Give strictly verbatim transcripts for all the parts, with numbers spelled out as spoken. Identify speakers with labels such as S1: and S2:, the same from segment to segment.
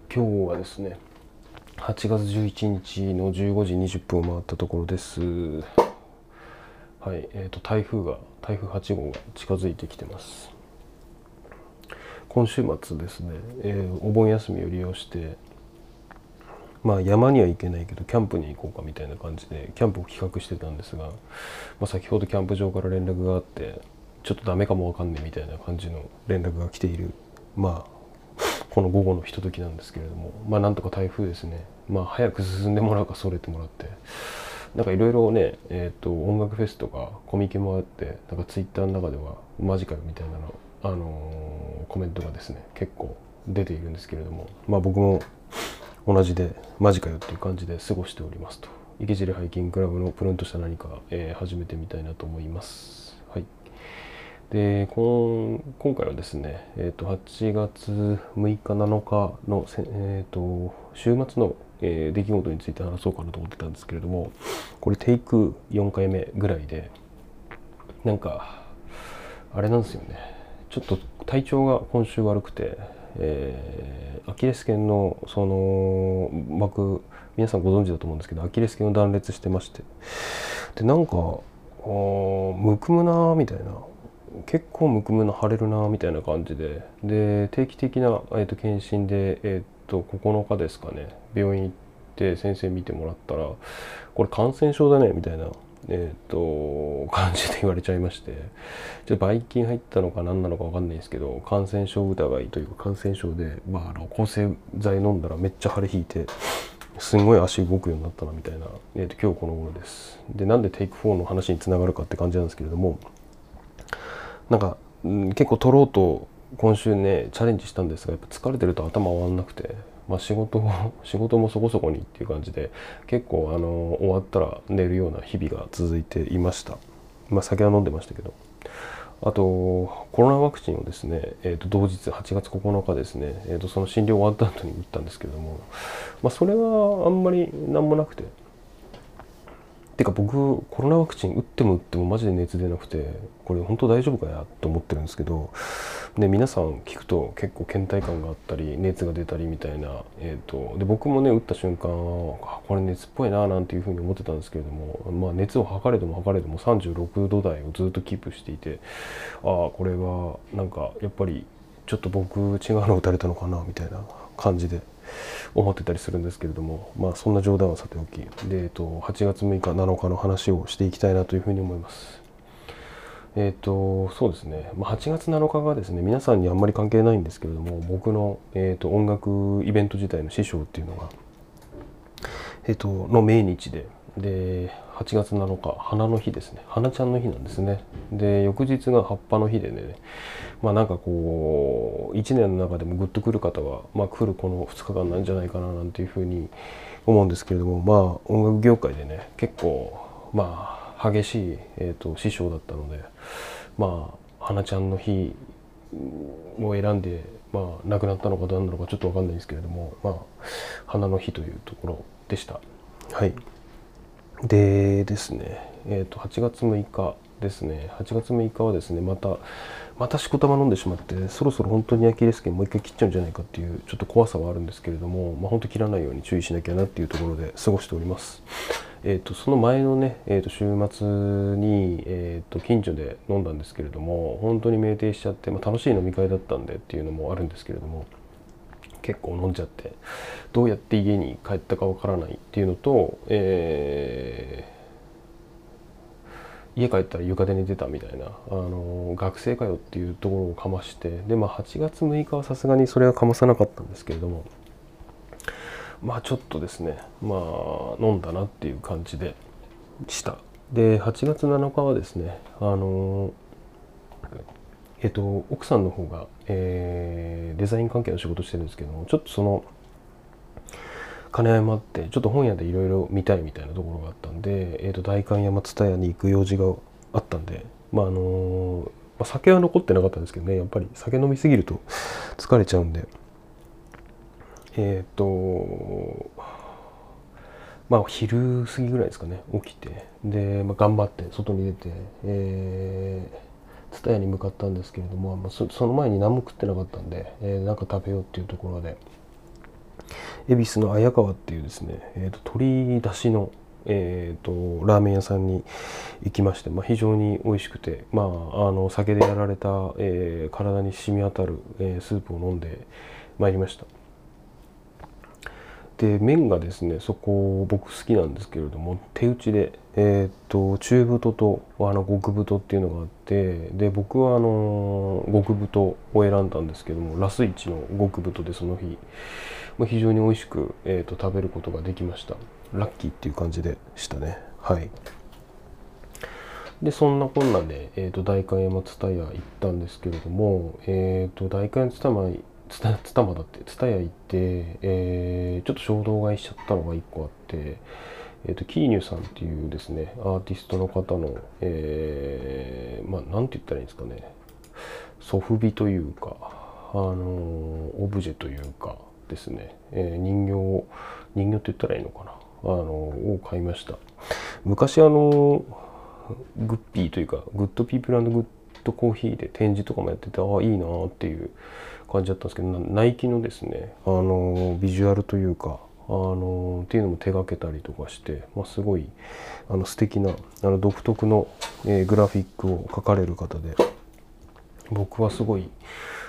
S1: 今日はですね、はちがつじゅういちにちのじゅうごじにじゅっぷんを回ったところです。はい、えーと、台風が、台風はちごうが近づいてきてます。今週末ですね、えーお盆休みを利用して、まあ山には行けないけど、キャンプに行こうかみたいな感じで、キャンプを企画してたんですが、まあ、先ほどキャンプ場から連絡があって、ちょっとダメかもわかんねえみたいな感じの連絡が来ている、まあ、この午後のひとときなんですけれども、まあなんとか台風ですね、まあ早く進んでもらうかそれてもらって、なんかいろいろね、えっと音楽フェスとかコミケもあって、なんかツイッターの中ではマジかよみたいなの、あのーコメントがですね結構出ているんですけれども、まあ僕も同じでマジかよっていう感じで過ごしておりますと。池尻ハイキングクラブのプルンとした何か、えー始めてみたいなと思います。はい。で今今回はですね、えー、とはちがつむいかなのかのせ、えー、と週末の、えー出来事について話そうかなと思ってたんですけれども、これテイクよんかいめぐらいで、なんかあれなんですよね、ちょっと体調が今週悪くて、えーアキレス腱のその膜、皆さんご存知だと思うんですけど、アキレス腱を断裂してまして、でなんかあーむくむなーみたいな、結構むくむの腫れるなみたいな感じで、で定期的な、えー、と検診で、えー、とここのかですかね、病院行って先生見てもらったら、これ感染症だねみたいな、えー、と感じで言われちゃいまして、ちょっとばい菌入ったのか何なのか分かんないですけど、感染症疑いというか感染症で、まあ、あの抗生剤飲んだらめっちゃ腫れ引いて、すんごい足動くようになったなみたいな、えー、と今日この頃です。でなんでテイクフォーの話につながるかって感じなんですけれども、なんか、うん、結構取ろうと今週ねチャレンジしたんですが、やっぱ疲れてると頭回らなくて、まあ、仕事も仕事もそこそこにっていう感じで、結構あの終わったら寝るような日々が続いていました。まあ酒は飲んでましたけど。あとコロナワクチンをですね、えー、と同日はちがつここのかですね、えー、とその診療終わった後に打ったんですけれども、まあ、それはあんまり何もなくて、てか僕コロナワクチン打っても打ってもマジで熱出なくて、これ本当大丈夫かやと思ってるんですけど、で皆さん聞くと結構倦怠感があったり熱が出たりみたいな、えー、とで僕もね打った瞬間、あこれ熱っぽいななんていうふうに思ってたんですけれども、まあ、熱を測れども測れどもさんじゅうろくど台をずっとキープしていて、ああこれはなんかやっぱりちょっと僕違うの打たれたのかなみたいな感じで思ってたりするんですけれども、まあそんな冗談はさておきで、えっと、はちがつむいかなのかの話をしていきたいなというふうに思います。えっとそうですね、まあ、はちがつなのかがですね、皆さんにあんまり関係ないんですけれども、僕の、えっと、音楽イベント自体の師匠っていうのが、えっと、の命日で、ではちがつなのか花の日ですね、花ちゃんの日なんですね。で翌日が葉っぱの日でね、まあなんかこういちねんの中でもグッとくる方は、まあ、来るこのふつかかんなんじゃないかななんていうふうに思うんですけれども、まあ音楽業界でね結構まあ激しい、えー、と師匠だったので、まあ花ちゃんの日を選んで、まあ、亡くなったのか何なのかちょっと分かんないですけれども、まあ花の日というところでした。はい。でですね、えー、とはちがつむいかですね、はちがつむいかはですね、またまたしこたま飲んでしまって、そろそろ本当にアキレス腱もう一回切っちゃうんじゃないかっていうちょっと怖さはあるんですけれども、まあ、本当切らないように注意しなきゃなっていうところで過ごしております。えー、とその前のね、えー、と週末に、えー、と近所で飲んだんですけれども、本当に酩酊しちゃって、まあ、楽しい飲み会だったんでっていうのもあるんですけれども、結構飲んじゃってどうやって家に帰ったかわからないっていうのと、えー家帰ったら床で寝てたみたいな、あの学生かよっていうところをかまして、で、まあ、はちがつむいかはさすがにそれはかまさなかったんですけれども、まあちょっとですね、まあ飲んだなっていう感じでした。ではちがつなのかはですね、あのえっと奥さんの方が、えーデザイン関係の仕事してるんですけども、ちょっとその兼ね合いもあってちょっと本屋でいろいろ見たいみたいなところがあったんで、えー、と代官山蔦屋に行く用事があったんで、まああのまあ、酒は残ってなかったんですけどね、やっぱり酒飲みすぎると疲れちゃうんで、えっ、とまあ昼過ぎぐらいですかね、起きて、で、まあ、頑張って外に出て、えー、蔦屋に向かったんですけれども、まあ、そ, その前に何も食ってなかったんで、えー、なんか食べようっていうところで、 恵比寿の綾川っていうですね、えー、と鶏だしの、えー、とラーメン屋さんに行きまして、まあ、非常に美味しくて、まあ、あの酒でやられた、えー体に染み渡る、えースープを飲んでまいりました。で麺がですね、そこ僕好きなんですけれども、手打ちで、えー、と中太とあの極太っていうのがあって、で僕はあの極太を選んだんですけども、ラスイチの極太でその日、まあ、非常に美味しく、えー、と食べることができました。ラッキーっていう感じでしたね。はい。でそんなこんなで、えー、と代官山蔦屋行ったんですけれども、えー、と代官山蔦屋つたまだって蔦屋行って、えー、ちょっと衝動買いしちゃったのがいっこあって、えー、とキーニュさんっていうですねアーティストの方の、えー、まあなんて言ったらいいんですかね、ソフビというか、あのーオブジェというかですね、えー人形を人形って言ったらいいのかな、あのーを買いました。昔あのグッピーというかグッドピープル&グッドコーヒーで展示とかもやってて、ああいいなーっていう感じだったんですけど、ナイキのですね、あのビジュアルというか、あのっていうのも手掛けたりとかして、まあ、すごいあの素敵なあの独特の、えーグラフィックを描かれる方で、僕はすごい、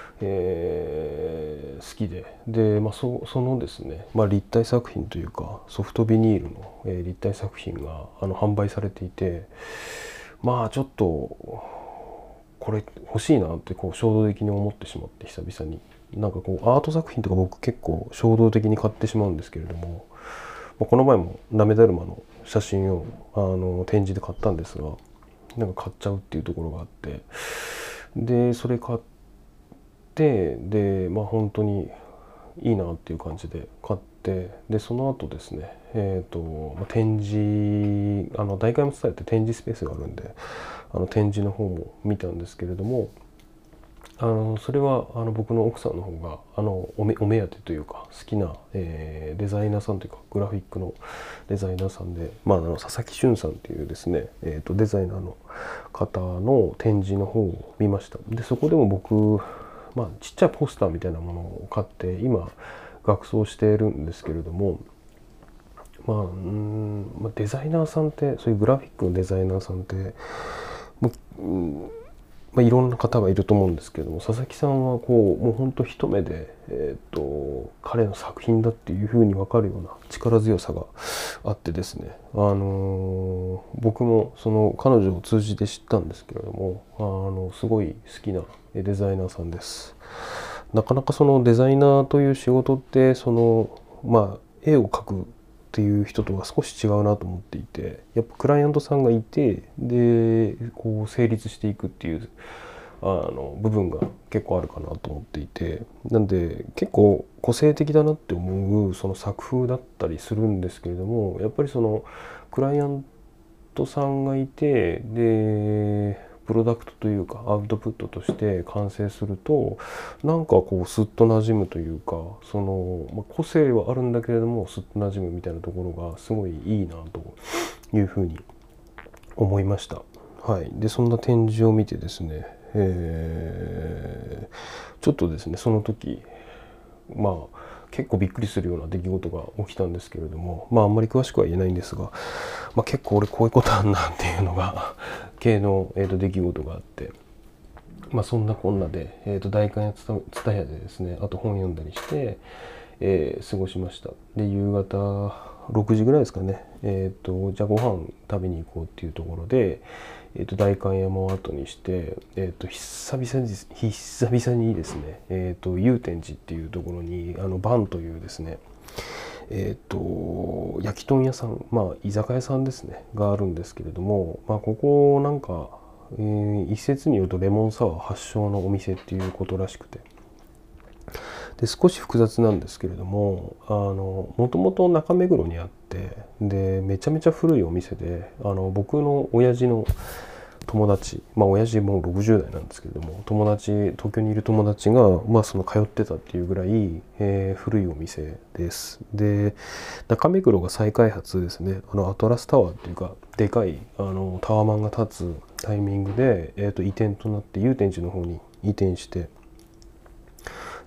S1: えー好きで、で、まあ、そそのですね、まあ、立体作品というかソフトビニールの、えー立体作品があの販売されていて、まあちょっとこれ欲しいなってこう衝動的に思ってしまって、久々になんかこうアート作品とか僕結構衝動的に買ってしまうんですけれども、まあこの前もなめだるまの写真をあの展示で買ったんですが、なんか買っちゃうっていうところがあって、でそれ買ってでまあ本当にいいなっていう感じで買って、でその後ですね、えーとまあ、展示あの代官山蔦屋って展示スペースがあるんで、あの展示の方も見たんですけれども、あのそれはあの僕の奥さんの方があのお目お目当てというか好きな、えーデザイナーさんというかグラフィックのデザイナーさんで、まあ、あの佐々木俊さんっていうですね、えーとデザイナーの方の展示の方を見ました。でそこでも僕、まあ、ちっちゃいポスターみたいなものを買って今額装しているんですけれども、まあ、うーんまあ、デザイナーさんってそういうグラフィックのデザイナーさんってもう、うんまあ、いろんな方がいると思うんですけれども、佐々木さんはこうもう本当一目で、えー、と彼の作品だっていうふうに分かるような力強さがあってですね、あのー僕もその彼女を通じて知ったんですけれども、あのすごい好きなデザイナーさんです。なかなかそのデザイナーという仕事ってそのまあ絵を描くっていう人とは少し違うなと思っていて、やっぱクライアントさんがいて、でこう成立していくっていうあの部分が結構あるかなと思っていて、なんで結構個性的だなって思うその作風だったりするんですけれども、やっぱりそのクライアントさんがいて、でプロダクトというかアウトプットとして完成すると、なんかこうスッと馴染むというか、その、まあ、個性はあるんだけれどもスッと馴染むみたいなところがすごいいいなというふうに思いました。はい、でそんな展示を見てですね、えーちょっとですねその時まあ結構びっくりするような出来事が起きたんですけれども、まああんまり詳しくは言えないんですが、まあ、結構俺こういうことあんなっていうのが系の、えー、と出来事があって、まあそんなこんなで、えー、と代官や蔦屋でですね、あと本読んだりして、えー過ごしました。で夕方ろくじぐらいですかね、えー、とじゃあご飯食べに行こうっていうところで、えー、と代官山を後にして、えー、と久々に久々にですね、えー、と祐天寺っていうところにあのバンというですね、えー、と焼き豚屋さん、まあ居酒屋さんですねがあるんですけれども、まあ、ここなんか、えー一説によるとレモンサワー発祥のお店っていうことらしくて、で少し複雑なんですけれども、あのもともと中目黒にあって、でめちゃめちゃ古いお店で、あの僕の親父の友達、まあ親父もうろくじゅう代なんですけれども、友達東京にいる友達が、まあ、その通ってたっていうぐらい、えー古いお店です。で中目黒が再開発ですね、あのアトラスタワーっていうかでかいあのタワマンが建つタイミングで、えー、と移転となって祐天寺の方に移転して、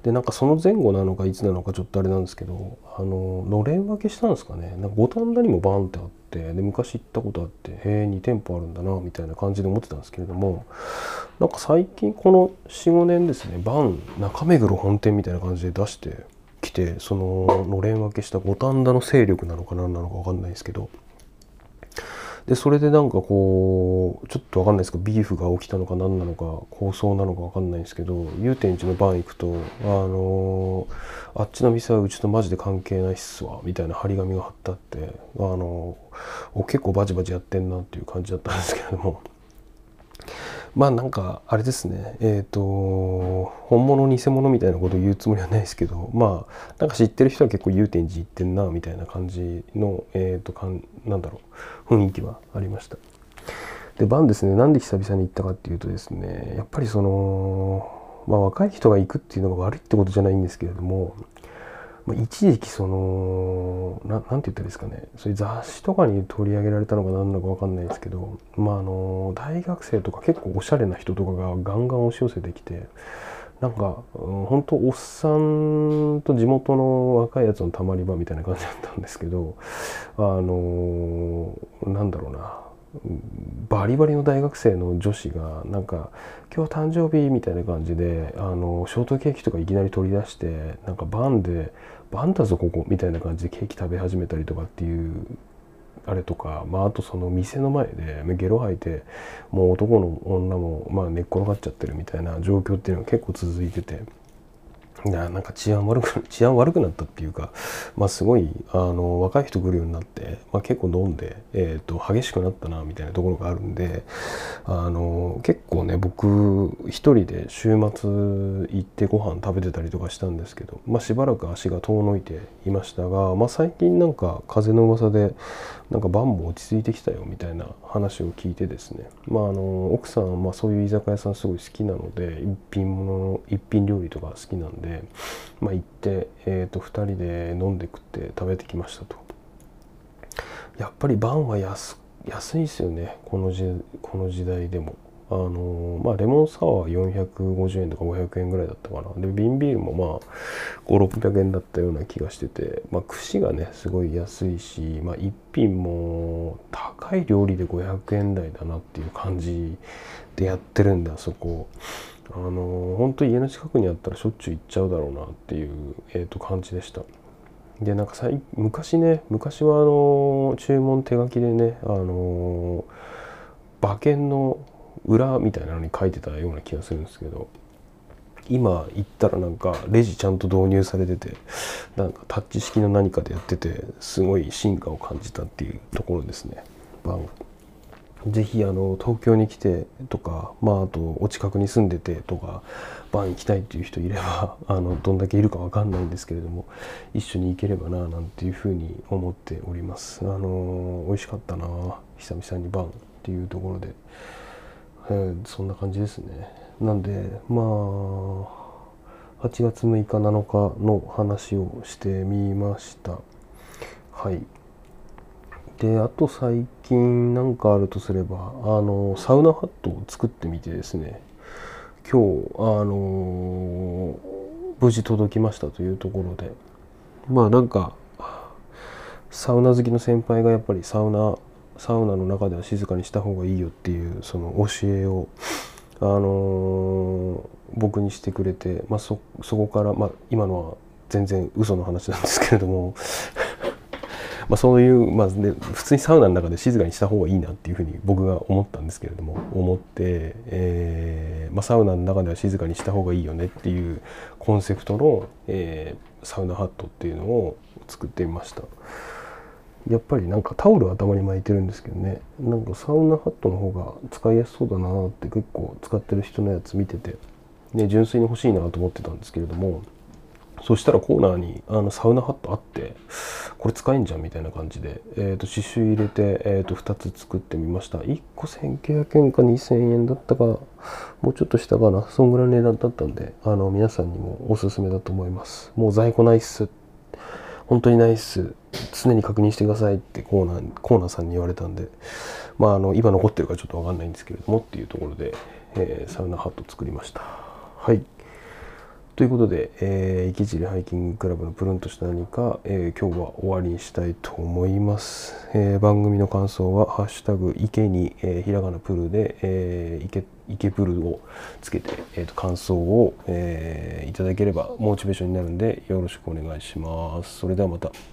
S1: でなんかその前後なのかいつなのかちょっとあれなんですけど、あののれん分けしたんですかね。なんか五反田にもバーンってあって、で昔行ったことあって、へえに店舗あるんだなみたいな感じで思ってたんですけれども、なんか最近このよん、ごねんですね、バン中目黒本店みたいな感じで出してきて、そののれん分けした五反田の勢力なのか何なのか分かんないですけど、でそれでなんかこうちょっと分かんないですけど、ビーフが起きたのか何なのか構想なのか分かんないんですけど、祐天寺のバン行くと、あのー、あっちの店はうちとマジで関係ないっすわみたいな張り紙が貼ってあって、あのー、結構バチバチやってんなっていう感じだったんですけれども、まあなんかあれですね、えっと本物偽物みたいなことを言うつもりはないですけど、まあなんか知ってる人は結構祐天寺行ってんなみたいな感じのえっとかんなんだろう雰囲気はありました。でバンですね、なんで久々に行ったかっていうとですね、やっぱりそのまあ若い人が行くっていうのが悪いってことじゃないんですけれども、まあ、一時期その な, なんて言ったらいいですかね、そういう雑誌とかに取り上げられたのか何なのか分かんないですけど、まああの大学生とか結構おしゃれな人とかがガンガン押し寄せてきて、なんか、うん、本当おっさんと地元の若いやつのたまり場みたいな感じだったんですけど、あのなんだろうな、バリバリの大学生の女子がなんか今日誕生日みたいな感じで、あのショートケーキとかいきなり取り出して、なんかバンでバンだぞここみたいな感じでケーキ食べ始めたりとかっていうあれとか、まあ、あとその店の前でゲロ吐いてもう男の女もまあ寝っ転がっちゃってるみたいな状況っていうのが結構続いてて、いやなんか治安悪く治安悪くなったっていうか、まあ、すごいあの若い人来るようになって、まあ、結構飲んで、えー、と激しくなったなみたいなところがあるんで、あの結構ね僕一人で週末行ってご飯食べてたりとかしたんですけど、まあ、しばらく足が遠のいていましたが、まあ、最近なんか風の噂でなんか晩も落ち着いてきたよみたいな話を聞いてですね、まあ、あの奥さんはまあそういう居酒屋さんすごい好きなので、一品物の一品料理とか好きなんで、まあ、行って、えー、とふたりで飲んで食って食べてきましたと。やっぱり晩は安安いですよね、この時この時代でも。あのまあレモンサワーはよんひゃくごじゅうえんとかごひゃくえんぐらいだったかな。で瓶ビールもまあごひゃくろっぴゃくえんだったような気がしてて、まあ串がねすごい安いし、まあ一品も高い料理でごひゃくえん台だなっていう感じでやってるんだ、そこ。あの本当家の近くにあったらしょっちゅう行っちゃうだろうなっていう、えー、と感じでした。でなんかさい昔ね昔はあの注文手書きでね、あの馬券の裏みたいなのに書いてたような気がするんですけど、今行ったらなんかレジちゃんと導入されてて、なんかタッチ式の何かでやってて、すごい進化を感じたっていうところですね。バンぜひあの東京に来てとか、まあ、あとお近くに住んでてとかバン行きたいっていう人いればあのどんだけいるか分かんないんですけれども、一緒に行ければななんていうふうに思っております。あの美味しかったな久々にバンっていうところで、えー、そんな感じですね。なんでまあはちがつむいかなのかの話をしてみました。はい。であと最近なんかあるとすれば、あのサウナハットを作ってみてですね、今日あの無事届きましたというところで、まあなんかサウナ好きの先輩がやっぱりサウナサウナの中では静かにした方がいいよっていうその教えをあの僕にしてくれて、まあ、そ, そこから、まあ、今のは全然嘘の話なんですけれどもまあそういう、まあね、普通にサウナの中で静かにした方がいいなっていうふうに僕が思ったんですけれども、思って、えーまあ、サウナの中では静かにした方がいいよねっていうコンセプトの、えー、サウナハットっていうのを作ってみました。やっぱりなんかタオル頭に巻いてるんですけどね、なんかサウナハットの方が使いやすそうだなって結構使ってる人のやつ見てて、ね、純粋に欲しいなと思ってたんですけれども、そしたらコーナーにあのサウナハットあって、これ使えんじゃんみたいな感じで、えー、と刺繍入れて、えー、とふたつ作ってみました。いっこせんきゅうひゃくえんかにせんえんだったか、もうちょっとしたかな、そんぐらいの値段だったんで、あの皆さんにもおすすめだと思います。もう在庫ないっす、本当にないっす、常に確認してくださいってコーナーコーナーさんに言われたんで、まあ、あの今残ってるかちょっと分かんないんですけれどもっていうところで、えー、サウナハット作りました。はい。 ということで、えー、池尻ハイキングクラブのプルンとした何か、えー、今日は終わりにしたいと思います。えー、番組の感想は、ハッシュタグ池に、えー、ひらがなプルで、えー、池池プルをつけて、えー、と感想を、えー、いただければモチベーションになるんでよろしくお願いします。それではまた。